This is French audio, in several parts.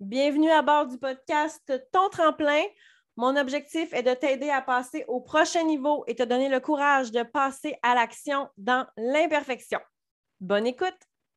Bienvenue à bord du podcast Ton Tremplin. Mon objectif est de t'aider à passer au prochain niveau et te donner le courage de passer à l'action dans l'imperfection. Bonne écoute!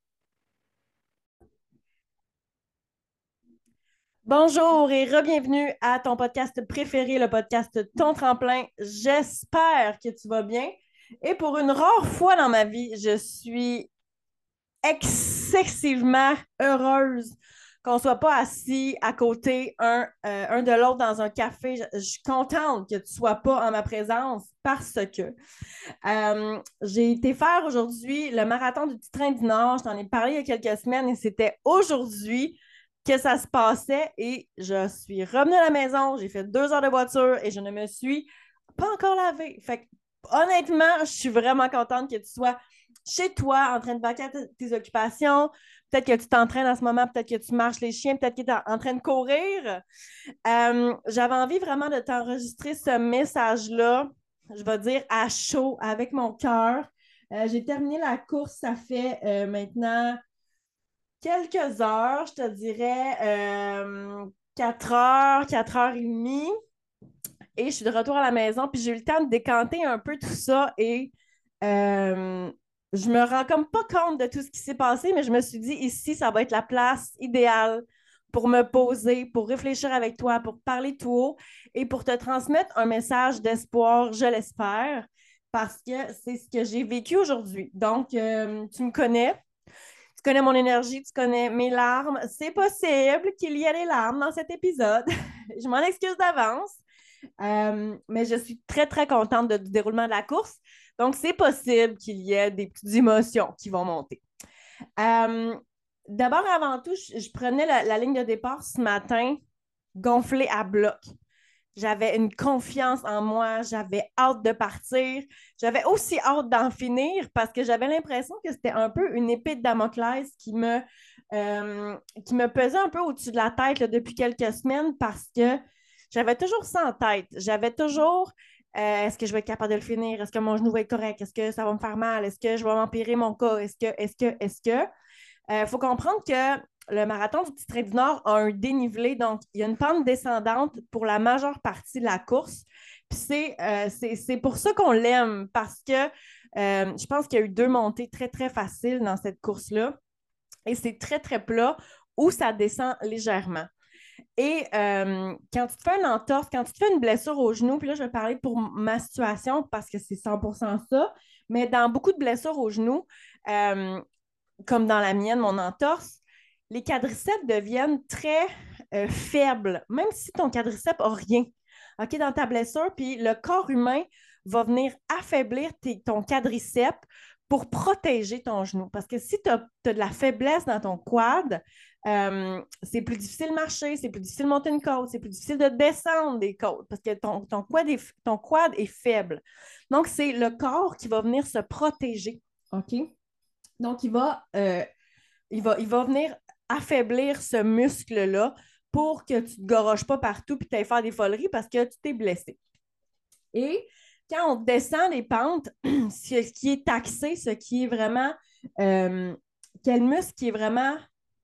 Bonjour et re-bienvenue à ton podcast préféré, le podcast Ton Tremplin. J'espère que tu vas bien. Et pour une rare fois dans ma vie, je suis excessivement heureuse qu'on ne soit pas assis à côté un de l'autre dans un café. Je suis contente que tu ne sois pas en ma présence parce que j'ai été faire aujourd'hui le marathon du Petit Train du Nord. Je t'en ai parlé il y a quelques semaines et c'était aujourd'hui que ça se passait et je suis revenue à la maison. J'ai fait 2 heures de voiture et je ne me suis pas encore lavée. Fait que, honnêtement, je suis vraiment contente que tu sois chez toi en train de vaquer à tes occupations. Peut-être que tu t'entraînes en ce moment, peut-être que tu marches les chiens, peut-être que tu es en train de courir. J'avais envie vraiment de t'enregistrer ce message-là, je vais dire à chaud, avec mon cœur. J'ai terminé la course, ça fait maintenant quelques heures, je te dirais 4 heures, 4 heures et demie. Et je suis de retour à la maison, puis j'ai eu le temps de décanter un peu tout ça et je me rends comme pas compte de tout ce qui s'est passé, mais je me suis dit, ici, ça va être la place idéale pour me poser, pour réfléchir avec toi, pour parler tout haut et pour te transmettre un message d'espoir, je l'espère, parce que c'est ce que j'ai vécu aujourd'hui. Donc, tu connais mon énergie, tu connais mes larmes. C'est possible qu'il y ait des larmes dans cet épisode. Je m'en excuse d'avance. Mais je suis très, très contente du déroulement de la course. Donc, c'est possible qu'il y ait des petites émotions qui vont monter. Euh, D'abord, avant tout, je prenais la ligne de départ ce matin gonflée à bloc. J'avais une confiance en moi, j'avais hâte de partir. J'avais aussi hâte d'en finir parce que j'avais l'impression que c'était un peu une épée de Damoclès qui me pesait un peu au-dessus de la tête là, depuis quelques semaines parce que j'avais toujours ça en tête. J'avais toujours est-ce que je vais être capable de le finir? Est-ce que mon genou va être correct? Est-ce que ça va me faire mal? Est-ce que je vais m'empirer mon cas? Est-ce que? Il faut comprendre que le marathon du Petit Train du Nord a un dénivelé, donc il y a une pente descendante pour la majeure partie de la course. Puis c'est pour ça qu'on l'aime, parce que je pense qu'il y a eu 2 montées très, très faciles dans cette course-là. Et c'est très, très plat où ça descend légèrement. Et quand tu te fais une entorse, quand tu te fais une blessure au genou, puis là, je vais parler pour ma situation parce que c'est 100% ça, mais dans beaucoup de blessures au genou, euh, comme dans la mienne, mon entorse, les quadriceps deviennent très faibles, même si ton quadriceps n'a rien. OK, dans ta blessure, puis le corps humain va venir affaiblir ton quadriceps pour protéger ton genou. Parce que si tu as de la faiblesse dans ton quad, c'est plus difficile de marcher, c'est plus difficile de monter une côte, c'est plus difficile de descendre des côtes parce que ton quad est faible. Donc, c'est le corps qui va venir se protéger. OK? Donc, il va venir affaiblir ce muscle-là pour que tu ne te goroches pas partout et que tu ailles faire des foleries parce que tu t'es blessé. Et quand on descend les pentes, ce qui est taxé, ce qui est vraiment quel muscle qui est vraiment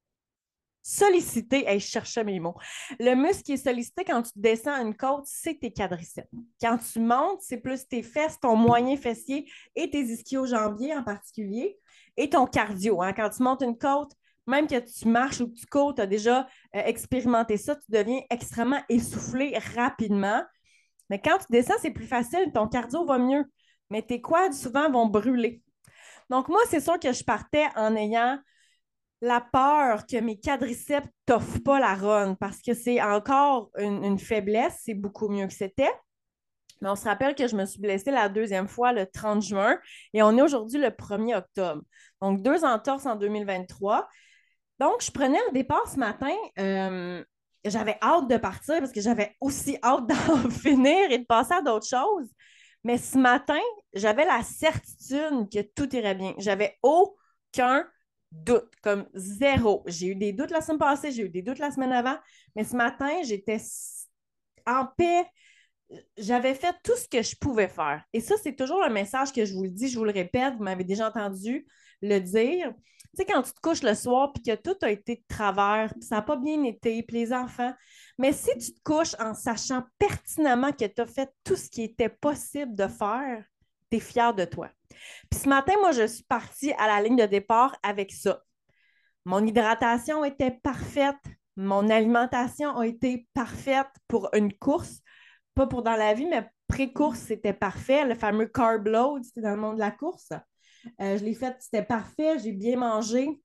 sollicité, hey, je cherchais mes mots. Le muscle qui est sollicité quand tu descends une côte, c'est tes quadriceps. Quand tu montes, c'est plus tes fesses, ton moyen fessier et tes ischio-jambiers en particulier, et ton cardio. Hein. Quand tu montes une côte, même que tu marches ou que tu cours, tu as déjà expérimenté ça, tu deviens extrêmement essoufflé rapidement. Mais quand tu descends, c'est plus facile, ton cardio va mieux. Mais tes quads, souvent, vont brûler. Donc, moi, c'est sûr que je partais en ayant la peur que mes quadriceps t'offrent pas la run parce que c'est encore une faiblesse, c'est beaucoup mieux que c'était. Mais on se rappelle que je me suis blessée la 2e fois le 30 juin et on est aujourd'hui le 1er octobre. Donc, 2 entorses en 2023. Donc, je prenais le départ ce matin. J'avais hâte de partir parce que j'avais aussi hâte d'en finir et de passer à d'autres choses. Mais ce matin, j'avais la certitude que tout irait bien. J'avais aucun doute, comme zéro. J'ai eu des doutes la semaine passée, j'ai eu des doutes la semaine avant, mais ce matin, j'étais en paix. j'avais fait tout ce que je pouvais faire. Et ça, c'est toujours le message que je vous le dis, je vous le répète, vous m'avez déjà entendu le dire. Tu sais, quand tu te couches le soir puis que tout a été de travers, puis ça n'a pas bien été, puis les enfants, mais si tu te couches en sachant pertinemment que tu as fait tout ce qui était possible de faire, tu es fier de toi. Puis ce matin, moi, je suis partie à la ligne de départ avec ça. Mon hydratation était parfaite, mon alimentation a été parfaite pour une course, pas pour dans la vie, mais pré-course, c'était parfait. Le fameux carb load, c'était dans le monde de la course. Je l'ai fait, c'était parfait, j'ai bien mangé.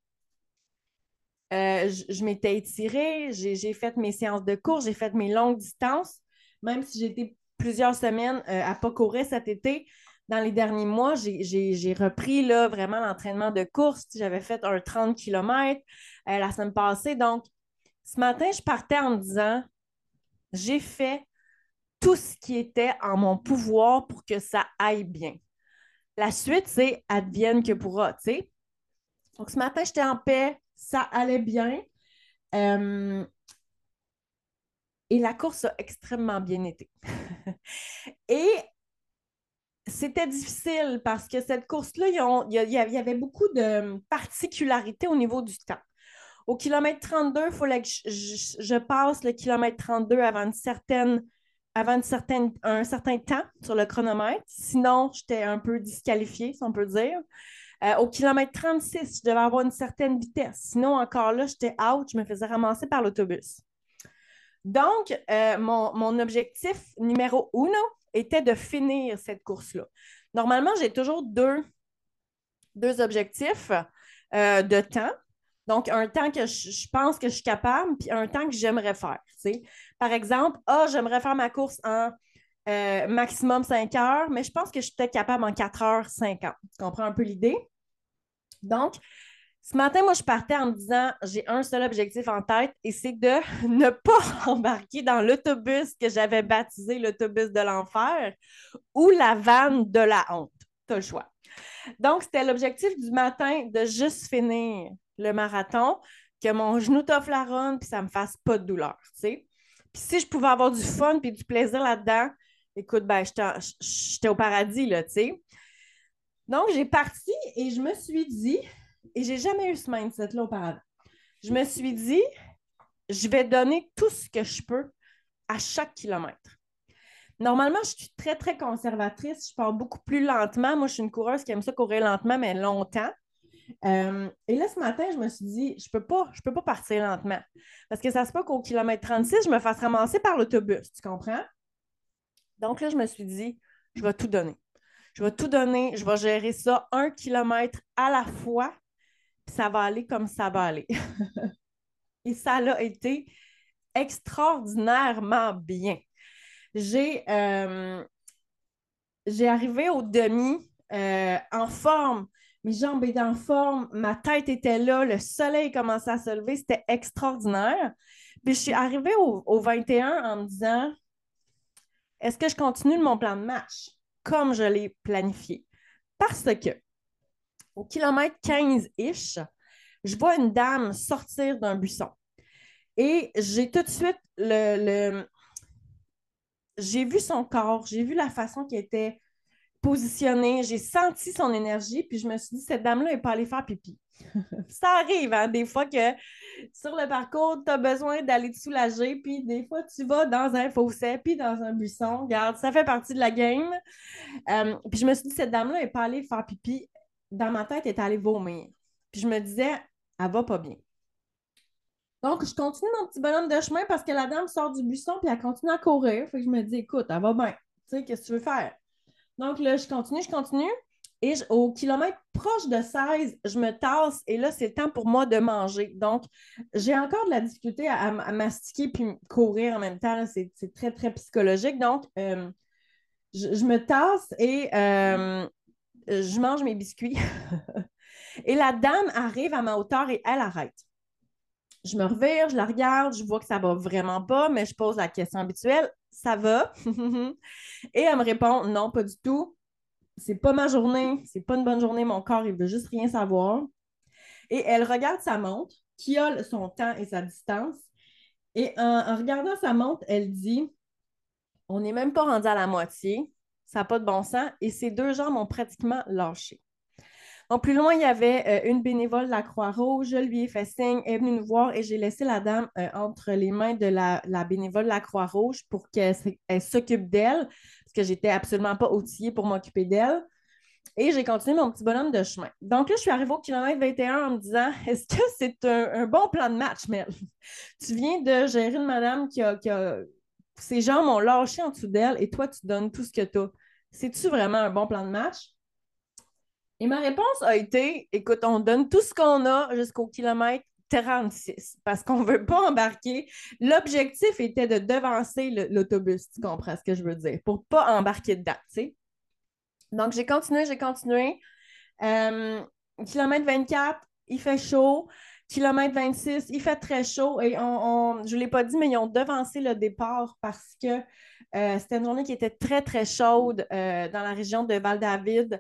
Je m'étais étirée, j'ai fait mes séances de course, j'ai fait mes longues distances, même si j'ai été plusieurs semaines à ne pas courir cet été. Dans les derniers mois, j'ai repris là, vraiment l'entraînement de course. J'avais fait un 30 km la semaine passée. Donc, ce matin, je partais en me disant, j'ai fait tout ce qui était en mon pouvoir pour que ça aille bien. La suite, c'est advienne que pourra, tu sais. Donc, ce matin, j'étais en paix, ça allait bien. Euh, et la course a extrêmement bien été. Et c'était difficile parce que cette course-là, il y avait beaucoup de particularités au niveau du temps. Au kilomètre 32, il fallait que je passe le kilomètre 32 avant un certain temps sur le chronomètre. Sinon, j'étais un peu disqualifiée, si on peut dire. Au kilomètre 36, je devais avoir une certaine vitesse. Sinon, encore là, j'étais out, je me faisais ramasser par l'autobus. Donc, mon objectif numéro uno était de finir cette course-là. Normalement, j'ai toujours deux objectifs de temps. Donc, un temps que je pense que je suis capable, puis un temps que j'aimerais faire. T'sais. Par exemple, j'aimerais faire ma course en maximum 5 heures, mais je pense que je suis peut-être capable en 4 heures 50. Tu comprends un peu l'idée? Donc, ce matin, moi, je partais en me disant, j'ai un seul objectif en tête et c'est de ne pas embarquer dans l'autobus que j'avais baptisé l'autobus de l'enfer ou la vanne de la honte. Tu as le choix. Donc, c'était l'objectif du matin de juste finir le marathon, que mon genou t'offre la run puis ça ne me fasse pas de douleur, tu sais. Puis si je pouvais avoir du fun puis du plaisir là-dedans, écoute, ben, j'étais au paradis, là, tu sais. Donc, j'ai parti et je me suis dit, et j'ai jamais eu ce mindset-là auparavant, je me suis dit, je vais donner tout ce que je peux à chaque kilomètre. Normalement, je suis très, très conservatrice. Je pars beaucoup plus lentement. Moi, je suis une coureuse qui aime ça courir lentement, mais longtemps. Et là, ce matin, je me suis dit, je peux pas partir lentement. Parce que ça se peut qu'au kilomètre 36, je me fasse ramasser par l'autobus. Tu comprends? Donc là, je me suis dit, je vais tout donner. Je vais tout donner. Je vais gérer ça 1 kilomètre à la fois. Puis ça va aller comme ça va aller. Et ça a été extraordinairement bien. J'ai arrivé au demi en forme. Mes jambes étaient en forme, ma tête était là, le soleil commençait à se lever, c'était extraordinaire. Puis je suis arrivée au 21 en me disant, est-ce que je continue mon plan de match comme je l'ai planifié? Parce que au kilomètre 15-ish, je vois une dame sortir d'un buisson. Et j'ai tout de suite j'ai vu son corps, j'ai vu la façon qu'elle était positionnée, j'ai senti son énergie, puis je me suis dit, cette dame-là n'est pas allée faire pipi. Ça arrive, hein, des fois que sur le parcours, tu as besoin d'aller te soulager, puis des fois, tu vas dans un fossé, puis dans un buisson. Regarde, ça fait partie de la game. Puis je me suis dit, cette dame-là n'est pas allée faire pipi. Dans ma tête, elle est allée vomir. Puis je me disais, elle va pas bien. Donc, je continue mon petit bonhomme de chemin parce que la dame sort du buisson puis elle continue à courir. Fait que je me dis, écoute, elle va bien. Tu sais, qu'est-ce que tu veux faire? Donc là, je continue, je continue. Et au kilomètre proche de 16, je me tasse et là, c'est le temps pour moi de manger. Donc, j'ai encore de la difficulté à mastiquer puis courir en même temps. C'est très, très psychologique. Donc, je me tasse et je mange mes biscuits. Et la dame arrive à ma hauteur et elle arrête. Je me revire, je la regarde, je vois que ça va vraiment pas, mais je pose la question habituelle, ça va? Et elle me répond, non, pas du tout. C'est pas ma journée, c'est pas une bonne journée, mon corps, il veut juste rien savoir. Et elle regarde sa montre, qui a son temps et sa distance. Et en regardant sa montre, elle dit, On n'est même pas rendu à la moitié. Ça n'a pas de bon sens. Et ces deux jambes ont pratiquement lâché. Donc, plus loin, il y avait une bénévole de la Croix-Rouge. Je lui ai fait signe, elle est venue nous voir et j'ai laissé la dame entre les mains de la bénévole de la Croix-Rouge pour qu'elle s'occupe d'elle, parce que j'étais absolument pas outillée pour m'occuper d'elle. Et j'ai continué mon petit bonhomme de chemin. Donc là, je suis arrivée au kilomètre 21 en me disant, est-ce que c'est un bon plan de match, Mel? Tu viens de gérer une madame qui a. Ses jambes ont lâché en dessous d'elle et toi, tu donnes tout ce que tu as. C'est-tu vraiment un bon plan de match? Et ma réponse a été, écoute, on donne tout ce qu'on a jusqu'au kilomètre 36 parce qu'on ne veut pas embarquer. L'objectif était de devancer l'autobus, tu comprends ce que je veux dire, pour ne pas embarquer dedans, tu sais. Donc, j'ai continué, j'ai continué. Kilomètre 24, il fait chaud. Kilomètre 26, il fait très chaud. Et je ne l'ai pas dit, mais ils ont devancé le départ parce que c'était une journée qui était très, très chaude dans la région de Val-David.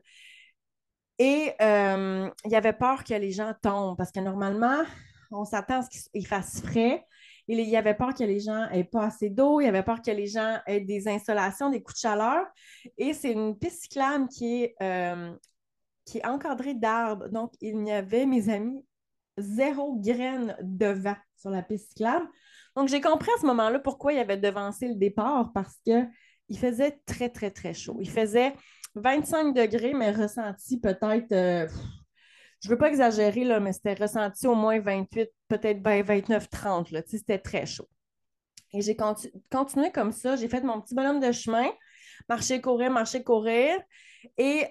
Et il y avait peur que les gens tombent parce que normalement, on s'attend à ce qu'il fasse frais. Et il y avait peur que les gens n'aient pas assez d'eau, il y avait peur que les gens aient des insolations, des coups de chaleur. Et c'est une piste cyclable qui est encadrée d'arbres. Donc, il n'y avait, mes amis, zéro graine de vent sur la piste cyclable. Donc, j'ai compris à ce moment-là pourquoi il avait devancé le départ parce qu'il faisait très, très, très chaud. Il faisait 25 degrés, mais ressenti peut-être, je ne veux pas exagérer, là, mais c'était ressenti au moins 28, peut-être 29, 30. Là, c'était très chaud. Et j'ai continué comme ça. J'ai fait mon petit bonhomme de chemin, marcher, courir, marcher, courir. Et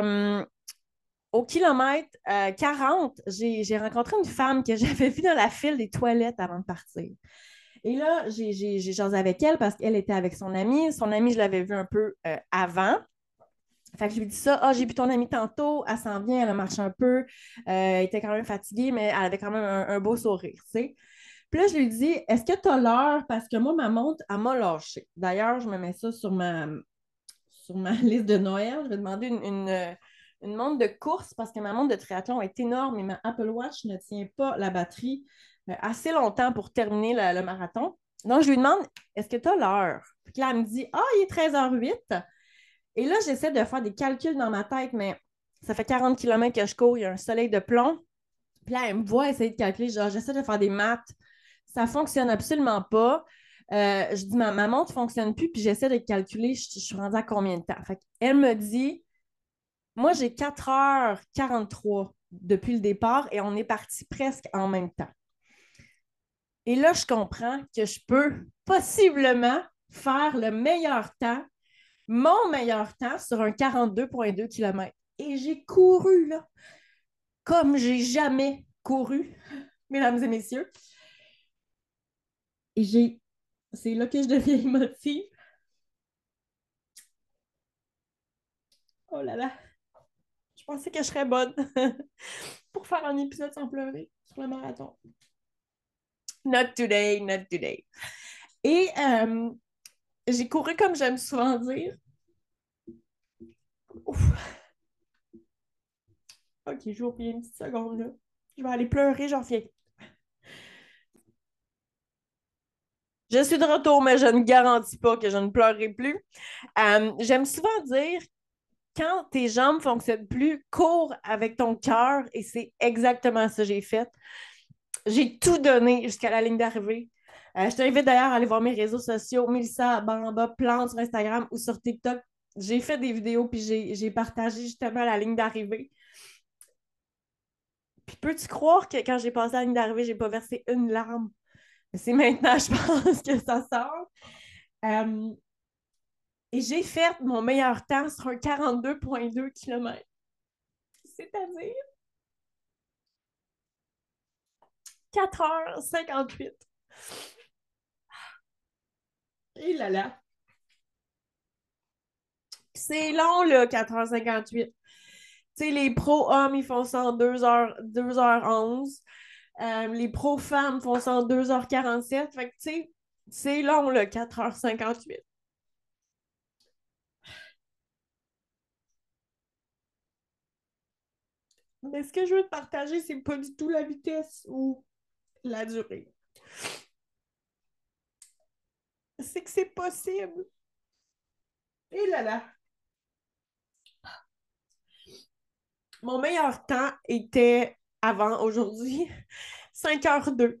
au kilomètre 40, j'ai rencontré une femme que j'avais vue dans la file des toilettes avant de partir. Et là, j'ai jasé avec elle parce qu'elle était avec son amie. Son amie, je l'avais vue un peu avant. Fait que je lui dis ça, ah, j'ai vu ton amie tantôt, elle s'en vient, elle a marché un peu, elle était quand même fatiguée, mais elle avait quand même un beau sourire, tu sais. Puis là, je lui dis, est-ce que tu as l'heure? Parce que moi, ma montre, elle m'a lâché. D'ailleurs, je me mets ça sur ma liste de Noël. Je vais demander une montre de course parce que ma montre de triathlon est énorme et ma Apple Watch ne tient pas la batterie assez longtemps pour terminer le marathon. Donc, je lui demande, est-ce que tu as l'heure? Puis là, elle me dit, ah, il est 13h08. Et là, j'essaie de faire des calculs dans ma tête, mais ça fait 40 km que je cours, il y a un soleil de plomb. Puis là, elle me voit essayer de calculer, genre, j'essaie de faire des maths. Ça ne fonctionne absolument pas. Je dis, ma montre ne fonctionne plus, puis j'essaie de calculer, je suis rendue à combien de temps. Fait elle me dit, moi, j'ai 4h43 depuis le départ et on est parti presque en même temps. Et là, je comprends que je peux possiblement faire le meilleur temps, mon meilleur temps sur un 42,2 km. Et j'ai couru, là, comme j'ai jamais couru, mesdames et messieurs. Et c'est là que je deviens émotive. Oh là là, je pensais que je serais bonne pour faire un épisode sans pleurer sur le marathon. Not today, not today. Et j'ai couru comme j'aime souvent dire. Ouf. Ok, je vais oublier une petite seconde là. Je vais aller pleurer, j'en reviens. Je suis de retour, mais je ne garantis pas que je ne pleurerai plus. J'aime souvent dire, quand tes jambes ne fonctionnent plus, cours avec ton cœur et c'est exactement ça que j'ai fait. J'ai tout donné jusqu'à la ligne d'arrivée. Je t'invite d'ailleurs à aller voir mes réseaux sociaux, Mélissa Baramba Plante sur Instagram ou sur TikTok. J'ai fait des vidéos puis j'ai partagé justement la ligne d'arrivée. Puis peux-tu croire que quand j'ai passé la ligne d'arrivée, j'ai pas versé une larme? C'est maintenant, je pense, que ça sort. Euh, et j'ai fait mon meilleur temps sur un 42,2 km. C'est-à-dire 4h58. Et là là. C'est long, là, 4h58. Tu sais, les pros hommes, ils font ça en 2h11. Les pros femmes font ça en 2h47. Fait que, tu sais, c'est long, là, 4h58. Mais ce que je veux te partager, c'est pas du tout la vitesse ou la durée. C'est que c'est possible. Et là là. Mon meilleur temps était avant aujourd'hui, 5h02.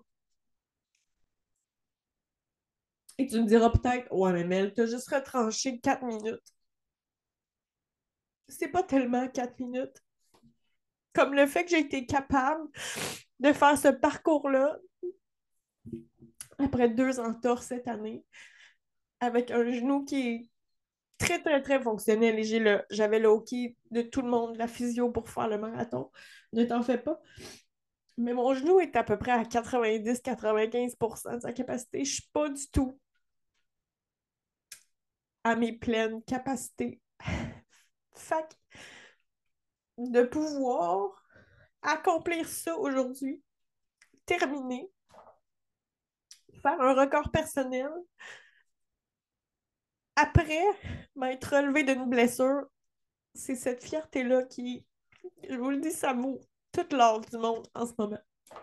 Et tu me diras peut-être, ouais, mais Mel, t'as juste retranché 4 minutes. C'est pas tellement 4 minutes. Comme le fait que j'ai été capable de faire ce parcours-là après 2 entorses cette année, avec un genou qui est très, très, très fonctionnel. Et j'avais le hockey de tout le monde, la physio pour faire le marathon. Ne t'en fais pas. Mais mon genou est à peu près à 90-95% de sa capacité. Je suis pas du tout à mes pleines capacités. Fait de pouvoir accomplir ça aujourd'hui, terminer, faire un record personnel, après m'être relevé d'une blessure, c'est cette fierté-là qui, je vous le dis, ça vaut toute l'or du monde en ce moment.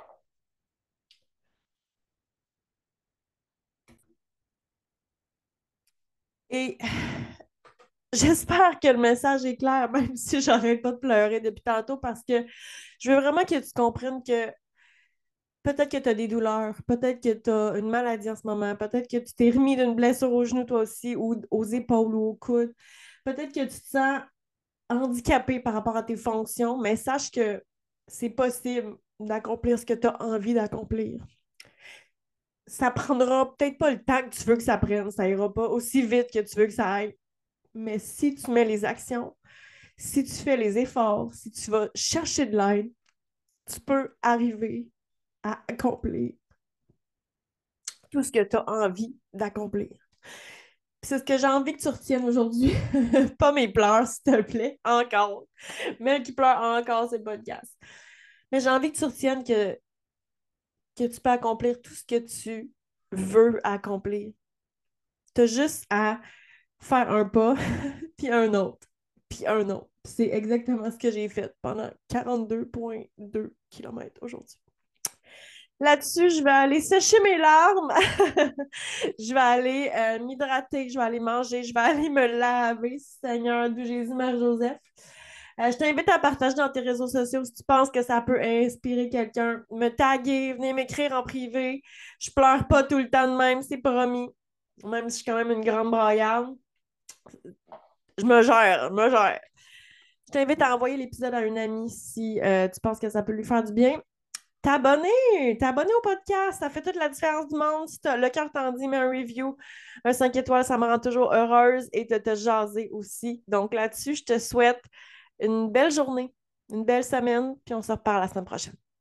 Et j'espère que le message est clair, même si j'arrête pas de pleurer depuis tantôt, parce que je veux vraiment que tu comprennes que peut-être que tu as des douleurs, peut-être que tu as une maladie en ce moment, peut-être que tu t'es remis d'une blessure au genou toi aussi, ou aux épaules ou aux coudes, peut-être que tu te sens handicapé par rapport à tes fonctions, mais sache que c'est possible d'accomplir ce que tu as envie d'accomplir. Ça prendra peut-être pas le temps que tu veux que ça prenne, ça ira pas aussi vite que tu veux que ça aille, mais si tu mets les actions, si tu fais les efforts, si tu vas chercher de l'aide, tu peux arriver à accomplir tout ce que tu as envie d'accomplir. C'est ce que j'ai envie que tu retiennes aujourd'hui. Pas mes pleurs, s'il te plaît, encore. Mel qui pleure encore, c'est le podcast. Mais j'ai envie que tu retiennes que tu peux accomplir tout ce que tu veux accomplir. Tu as juste à faire un pas, puis un autre, puis un autre. C'est exactement ce que j'ai fait pendant 42,2 km aujourd'hui. Là-dessus, je vais aller sécher mes larmes. Je vais aller m'hydrater, je vais aller manger, je vais aller me laver, Seigneur, d'où Jésus, Marie-Joseph. Je t'invite à partager dans tes réseaux sociaux si tu penses que ça peut inspirer quelqu'un. Me taguer, venez m'écrire en privé. Je pleure pas tout le temps de même, c'est promis. Même si je suis quand même une grande braillarde. Je me gère, je me gère. Je t'invite à envoyer l'épisode à un ami si tu penses que ça peut lui faire du bien. T'abonner au podcast, ça fait toute la différence du monde. Si le cœur t'en dit, mets un review, un 5 étoiles, ça me rend toujours heureuse et de te jaser aussi. Donc là-dessus, je te souhaite une belle journée, une belle semaine, puis on se reparle la semaine prochaine.